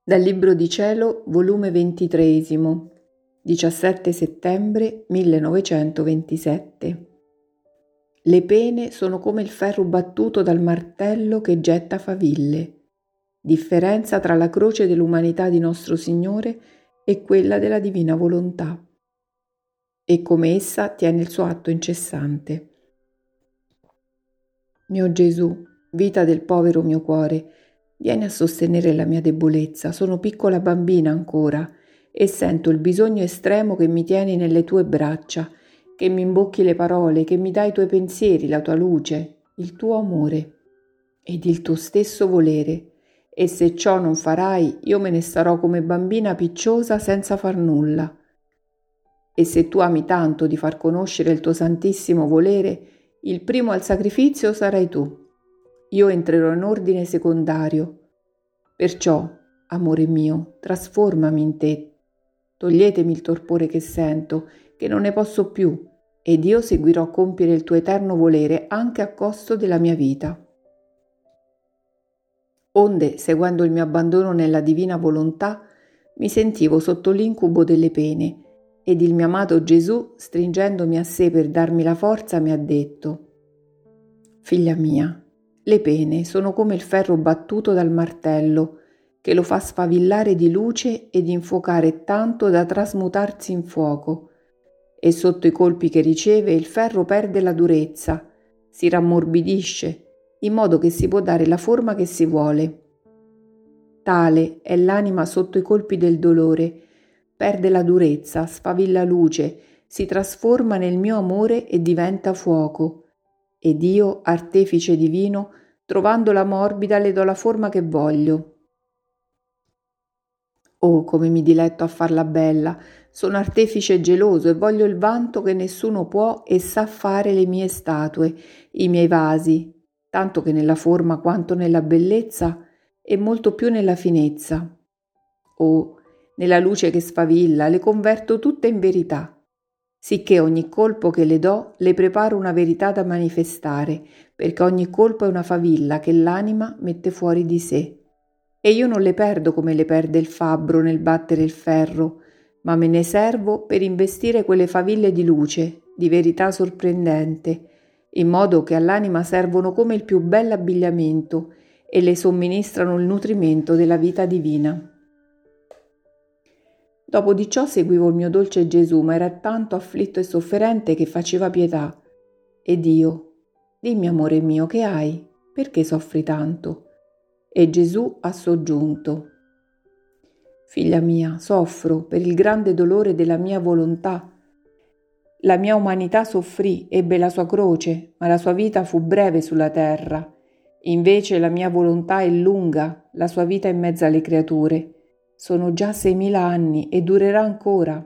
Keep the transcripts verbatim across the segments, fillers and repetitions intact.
Dal Libro di Cielo, volume ventitreesimo, diciassette settembre millenovecentoventisette. Le pene sono come il ferro battuto dal martello che getta faville. Differenza tra la croce dell'umanità di nostro Signore e quella della divina volontà. E come essa tiene il suo atto incessante. Mio Gesù, vita del povero mio cuore, vieni a sostenere la mia debolezza. Sono piccola bambina ancora e sento il bisogno estremo che mi tieni nelle tue braccia, che mi imbocchi le parole, che mi dai i tuoi pensieri, la tua luce, il tuo amore ed il tuo stesso volere. E se ciò non farai, io me ne starò come bambina picciosa senza far nulla. E se tu ami tanto di far conoscere il tuo santissimo volere, il primo al sacrificio sarai tu. Io entrerò in ordine secondario. Perciò, amore mio, trasformami in te. Toglietemi il torpore che sento, che non ne posso più, ed io seguirò a compiere il tuo eterno volere anche a costo della mia vita. Onde, seguendo il mio abbandono nella divina volontà, mi sentivo sotto l'incubo delle pene, ed il mio amato Gesù, stringendomi a sé per darmi la forza, mi ha detto: Figlia mia, le pene sono come il ferro battuto dal martello, che lo fa sfavillare di luce ed infuocare tanto da trasmutarsi in fuoco, e sotto i colpi che riceve il ferro perde la durezza, si rammorbidisce, in modo che si può dare la forma che si vuole. Tale è l'anima sotto i colpi del dolore, perde la durezza, sfavilla luce, si trasforma nel mio amore e diventa fuoco. Ed io, artefice divino, trovandola morbida, le do la forma che voglio. Oh, come mi diletto a farla bella! Sono artefice geloso e voglio il vanto che nessuno può e sa fare le mie statue, i miei vasi, tanto che nella forma quanto nella bellezza e molto più nella finezza. Oh, nella luce che sfavilla, le converto tutte in verità, sicché ogni colpo che le do le preparo una verità da manifestare, perché ogni colpo è una favilla che l'anima mette fuori di sé. E io non le perdo come le perde il fabbro nel battere il ferro, ma me ne servo per investire quelle faville di luce, di verità sorprendente, in modo che all'anima servono come il più bell'abbigliamento e le somministrano il nutrimento della vita divina. Dopo di ciò seguivo il mio dolce Gesù, ma era tanto afflitto e sofferente che faceva pietà. Ed io, dimmi amore mio, che hai? Perché soffri tanto? E Gesù ha soggiunto: Figlia mia, soffro per il grande dolore della mia volontà. La mia umanità soffrì, ebbe la sua croce, ma la sua vita fu breve sulla terra. Invece la mia volontà è lunga, la sua vita in mezzo alle creature. Sono già seimila anni e durerà ancora.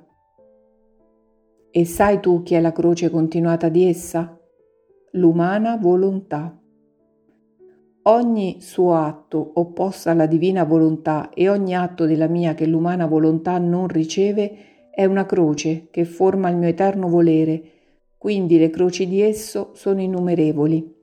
E sai tu chi è la croce continuata di essa? L'umana volontà. Ogni suo atto opposto alla divina volontà e ogni atto della mia che l'umana volontà non riceve è una croce che forma il mio eterno volere, quindi le croci di esso sono innumerevoli.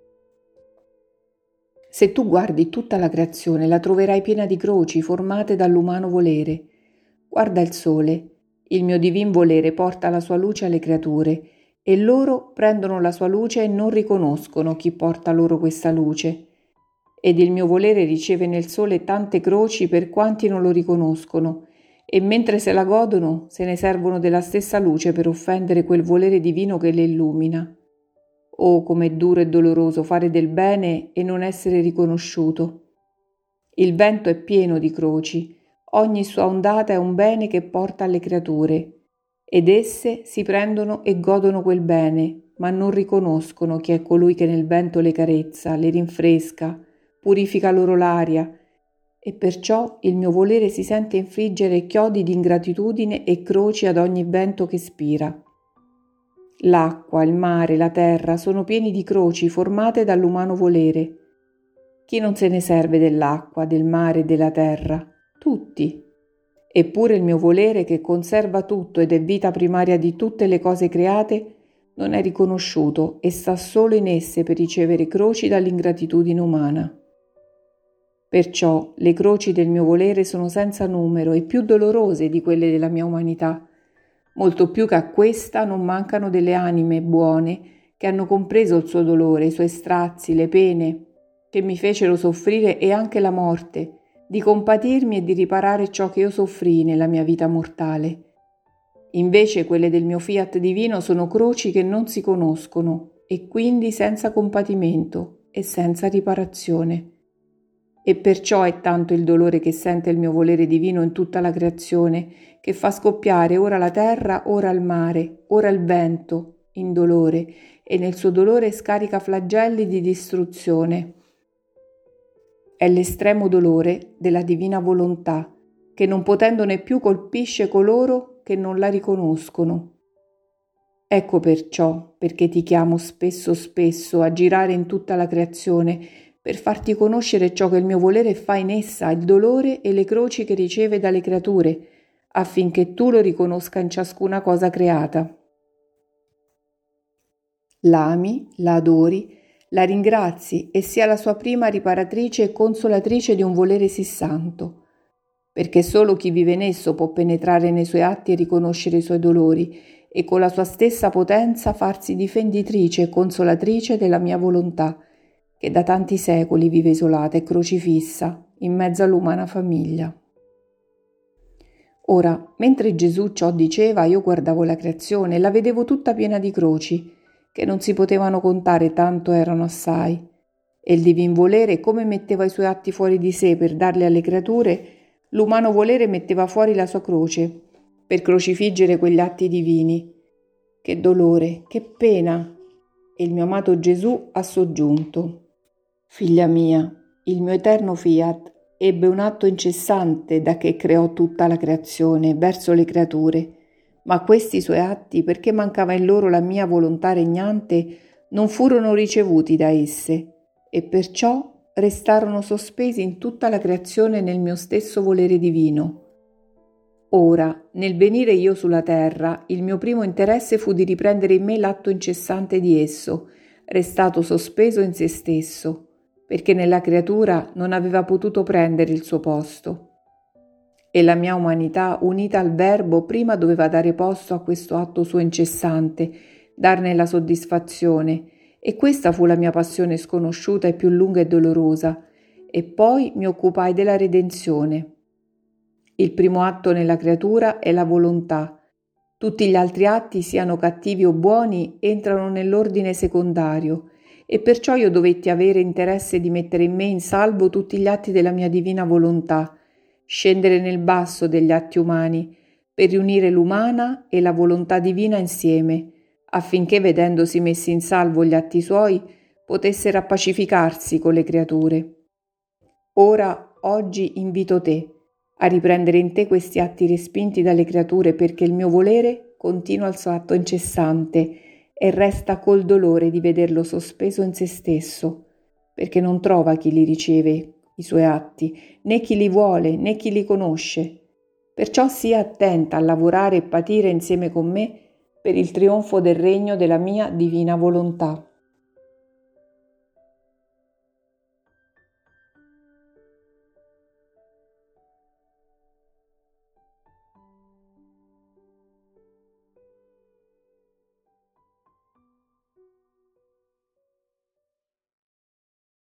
Se tu guardi tutta la creazione, la troverai piena di croci formate dall'umano volere. Guarda il sole, il mio divin volere porta la sua luce alle creature, e loro prendono la sua luce e non riconoscono chi porta loro questa luce. Ed il mio volere riceve nel sole tante croci per quanti non lo riconoscono, e mentre se la godono se ne servono della stessa luce per offendere quel volere divino che le illumina. Oh, com'è duro e doloroso fare del bene e non essere riconosciuto. Il vento è pieno di croci, ogni sua ondata è un bene che porta alle creature, ed esse si prendono e godono quel bene, ma non riconoscono chi è colui che nel vento le carezza, le rinfresca, purifica loro l'aria, e perciò il mio volere si sente infliggere chiodi di ingratitudine e croci ad ogni vento che spira. L'acqua, il mare, la terra sono pieni di croci formate dall'umano volere. Chi non se ne serve dell'acqua, del mare e della terra? Tutti. Eppure il mio volere, che conserva tutto ed è vita primaria di tutte le cose create, non è riconosciuto e sta solo in esse per ricevere croci dall'ingratitudine umana. Perciò le croci del mio volere sono senza numero e più dolorose di quelle della mia umanità, molto più che a questa non mancano delle anime buone che hanno compreso il suo dolore, i suoi strazi, le pene che mi fecero soffrire e anche la morte, di compatirmi e di riparare ciò che io soffrii nella mia vita mortale. Invece quelle del mio fiat divino sono croci che non si conoscono e quindi senza compatimento e senza riparazione. E perciò è tanto il dolore che sente il mio volere divino in tutta la creazione, che fa scoppiare ora la terra, ora il mare, ora il vento, in dolore, e nel suo dolore scarica flagelli di distruzione. È l'estremo dolore della divina volontà, che non potendone più colpisce coloro che non la riconoscono. Ecco perciò perché ti chiamo spesso spesso a girare in tutta la creazione per farti conoscere ciò che il mio volere fa in essa, il dolore e le croci che riceve dalle creature, affinché tu lo riconosca in ciascuna cosa creata. L'ami, la adori, la ringrazi e sia la sua prima riparatrice e consolatrice di un volere sì santo, perché solo chi vive in esso può penetrare nei suoi atti e riconoscere i suoi dolori e con la sua stessa potenza farsi difenditrice e consolatrice della mia volontà, che da tanti secoli vive isolata e crocifissa in mezzo all'umana famiglia. Ora, mentre Gesù ciò diceva, io guardavo la creazione e la vedevo tutta piena di croci, che non si potevano contare, tanto erano assai. E il divin volere, come metteva i suoi atti fuori di sé per darli alle creature, l'umano volere metteva fuori la sua croce, per crocifiggere quegli atti divini. Che dolore, che pena! E il mio amato Gesù ha soggiunto: Figlia mia, il mio eterno fiat ebbe un atto incessante da che creò tutta la creazione verso le creature, ma questi suoi atti, perché mancava in loro la mia volontà regnante, non furono ricevuti da esse, e perciò restarono sospesi in tutta la creazione nel mio stesso volere divino. Ora, nel venire io sulla terra, il mio primo interesse fu di riprendere in me l'atto incessante di esso, restato sospeso in se stesso, perché nella creatura non aveva potuto prendere il suo posto. E la mia umanità, unita al Verbo, prima doveva dare posto a questo atto suo incessante, darne la soddisfazione, e questa fu la mia passione sconosciuta e più lunga e dolorosa, e poi mi occupai della redenzione. Il primo atto nella creatura è la volontà. Tutti gli altri atti, siano cattivi o buoni, entrano nell'ordine secondario, e perciò io dovetti avere interesse di mettere in me in salvo tutti gli atti della mia divina volontà, scendere nel basso degli atti umani, per riunire l'umana e la volontà divina insieme, affinché, vedendosi messi in salvo gli atti suoi, potessero appacificarsi con le creature. Ora, oggi, invito te a riprendere in te questi atti respinti dalle creature, perché il mio volere continua il suo atto incessante e resta col dolore di vederlo sospeso in se stesso, perché non trova chi li riceve i suoi atti, né chi li vuole, né chi li conosce. Perciò sia attenta a lavorare e patire insieme con me per il trionfo del regno della mia divina volontà.